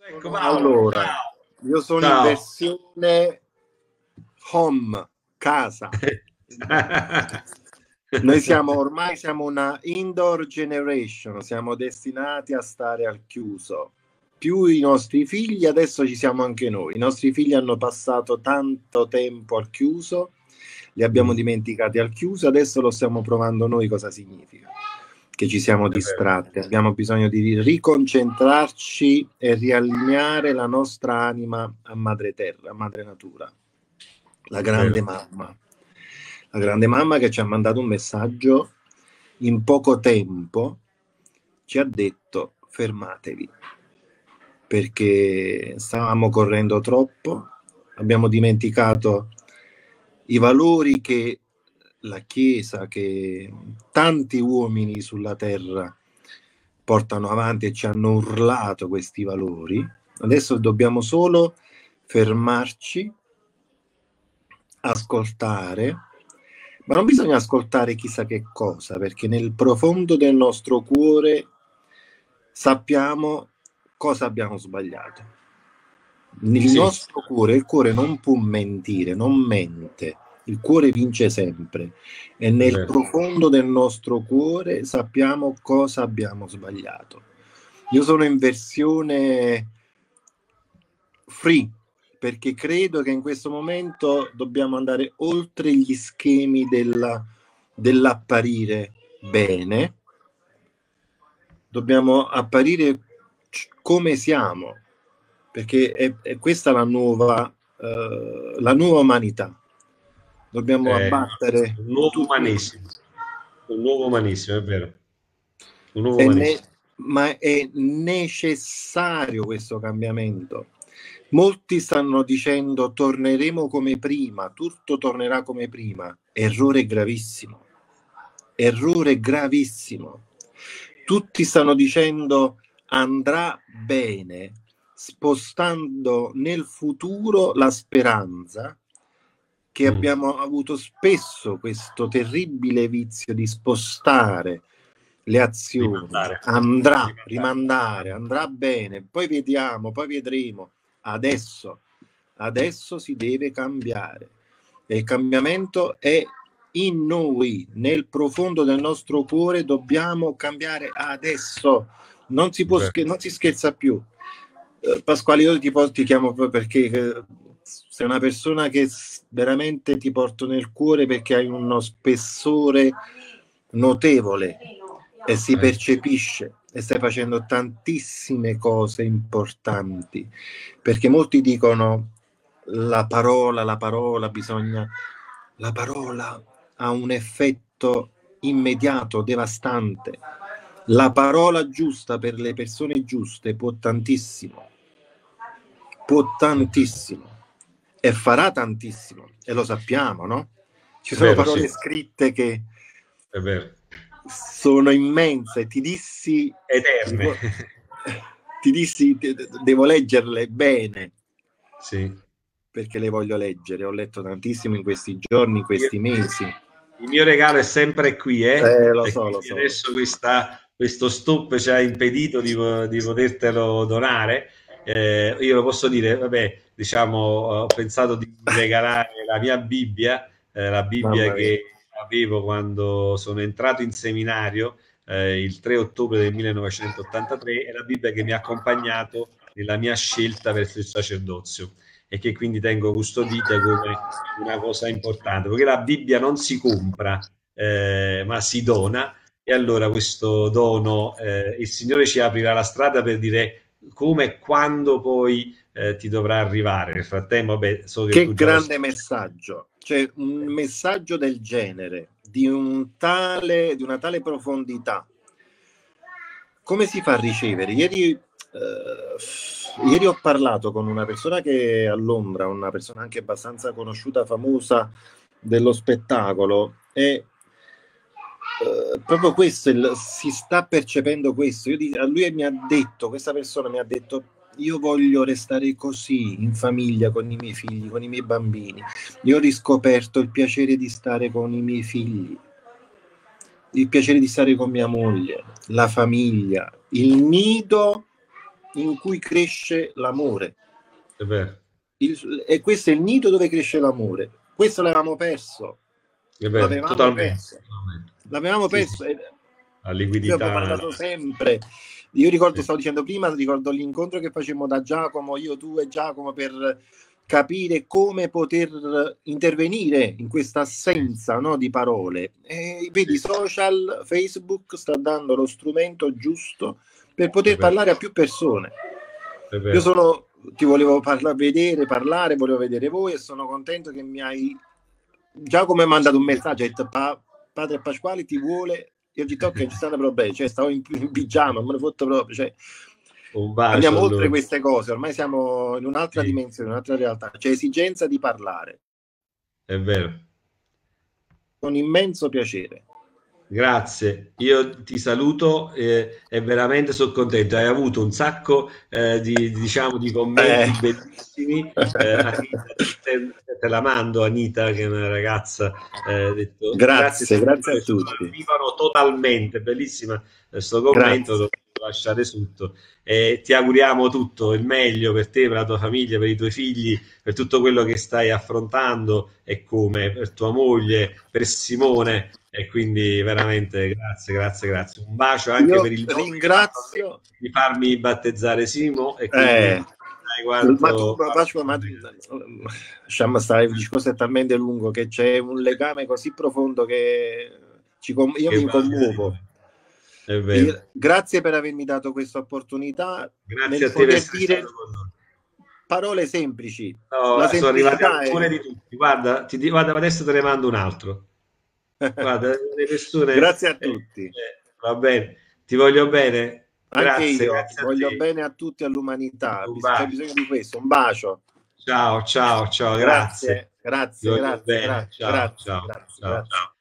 Ecco Paolo, Allora, io sono in ciao. versione home, casa. Noi ormai siamo una indoor generation, siamo destinati a stare al chiuso. Più i nostri figli, adesso ci siamo anche noi. I nostri figli hanno passato tanto tempo al chiuso, li abbiamo dimenticati al chiuso, adesso lo stiamo provando noi cosa significa. Che ci siamo distratti, abbiamo bisogno di riconcentrarci e riallineare la nostra anima a madre terra, a madre natura, la grande mamma. La grande mamma che ci ha mandato un messaggio in poco tempo, ci ha detto fermatevi, perché stavamo correndo troppo, abbiamo dimenticato i valori che la Chiesa, che tanti uomini sulla terra portano avanti e ci hanno urlato questi valori. Adesso dobbiamo solo fermarci, ascoltare, ma non bisogna ascoltare chissà che cosa, perché nel profondo del nostro cuore sappiamo cosa abbiamo sbagliato. Il nostro cuore, il cuore non può mentire, non mente. Il cuore vince sempre e nel profondo del nostro cuore sappiamo cosa abbiamo sbagliato. Io sono in versione free perché credo che in questo momento dobbiamo andare oltre gli schemi dell'apparire bene, dobbiamo apparire come siamo, perché è questa la nuova umanità. Dobbiamo abbattere un nuovo umanesimo, è vero. Un nuovo umanesimo. Ma è necessario questo cambiamento. Molti stanno dicendo torneremo come prima, tutto tornerà come prima. Errore gravissimo. Errore gravissimo. Tutti stanno dicendo andrà bene, spostando nel futuro la speranza, che abbiamo avuto spesso questo terribile vizio di spostare le azioni, rimandare, andrà bene, poi vediamo, poi vedremo. Adesso si deve cambiare e il cambiamento è in noi, nel profondo del nostro cuore dobbiamo cambiare adesso, non si scherza più. Pasquale, io ti chiamo perché sei una persona che veramente ti porto nel cuore, perché hai uno spessore notevole e si percepisce, e stai facendo tantissime cose importanti, perché molti dicono la parola ha un effetto immediato, devastante. La parola giusta per le persone giuste può tantissimo e farà tantissimo, e lo sappiamo, no? Ci sono parole scritte che sono immense, ti dissi eterne. Devo leggerle bene. Sì. Perché le voglio leggere, ho letto tantissimo in questi giorni, in questi mesi. Il mio regalo è sempre qui, lo so. Adesso questo stop ci ha impedito di potertelo donare. Io lo posso dire, vabbè, diciamo, ho pensato di regalare la mia Bibbia, la Bibbia che avevo quando sono entrato in seminario il 3 ottobre del 1983, è la Bibbia che mi ha accompagnato nella mia scelta verso il sacerdozio e che quindi tengo custodita come una cosa importante, perché la Bibbia non si compra, ma si dona, e allora questo dono il Signore ci aprirà la strada per dire come e quando poi ti dovrà arrivare. Nel frattempo, vabbè, so che tu già grande messaggio, cioè un messaggio del genere, di una tale profondità. Come si fa a ricevere? Ieri ho parlato con una persona che è a Londra, una persona anche abbastanza conosciuta, famosa dello spettacolo, e proprio questo, si sta percependo questo. Questa persona mi ha detto: io voglio restare così, in famiglia, con i miei figli, con i miei bambini. Io ho riscoperto il piacere di stare con i miei figli, il piacere di stare con mia moglie, la famiglia, il nido in cui cresce l'amore. È vero. E questo è il nido dove cresce l'amore. Questo l'avevamo perso. È vero, L'avevamo perso. L'avevamo perso. Sì. La liquidità. Io ho parlato sempre. Io ricordo, stavo dicendo prima, ricordo l'incontro che facemmo da Giacomo, io, tu e Giacomo, per capire come poter intervenire in questa assenza, no, di parole. E vedi, social, Facebook sta dando lo strumento giusto per poter parlare a più persone. Io ti volevo parlare, volevo vedere voi, e sono contento che mi hai Giacomo mi ha mandato un messaggio, ha detto padre Pasquale ti vuole. Io ho detto ok, ci stanno problemi, cioè stavo in pigiama, me ne fotto proprio, cioè, andiamo oltre queste cose, ormai siamo in un'altra dimensione, un'altra realtà, c'è esigenza di parlare. È vero. Con immenso piacere. Grazie, io ti saluto e veramente sono contento. Hai avuto un sacco di commenti bellissimi. Anita, te la mando, Anita, che è una ragazza. Detto, grazie a tutti. Vivono totalmente, bellissima questo commento, lo devo lasciare sotto. Ti auguriamo tutto il meglio per te, per la tua famiglia, per i tuoi figli, per tutto quello che stai affrontando e come per tua moglie, per Simone. E quindi veramente grazie. Un bacio anche per il ringrazio di farmi battezzare Simo. E quindi lasciamo stare, il discorso è talmente lungo che c'è un legame così profondo che io mi commuovo. Grazie per avermi dato questa opportunità. Grazie a te per dire parole semplici. No, sono arrivate alcune di tutti. Guarda, adesso te ne mando un altro. Guarda, le persone. Grazie a tutti. Va bene, ti voglio bene. Anche io voglio bene a tutti, all'umanità. C'è bisogno di questo. Un bacio. Ciao. Grazie. Grazie.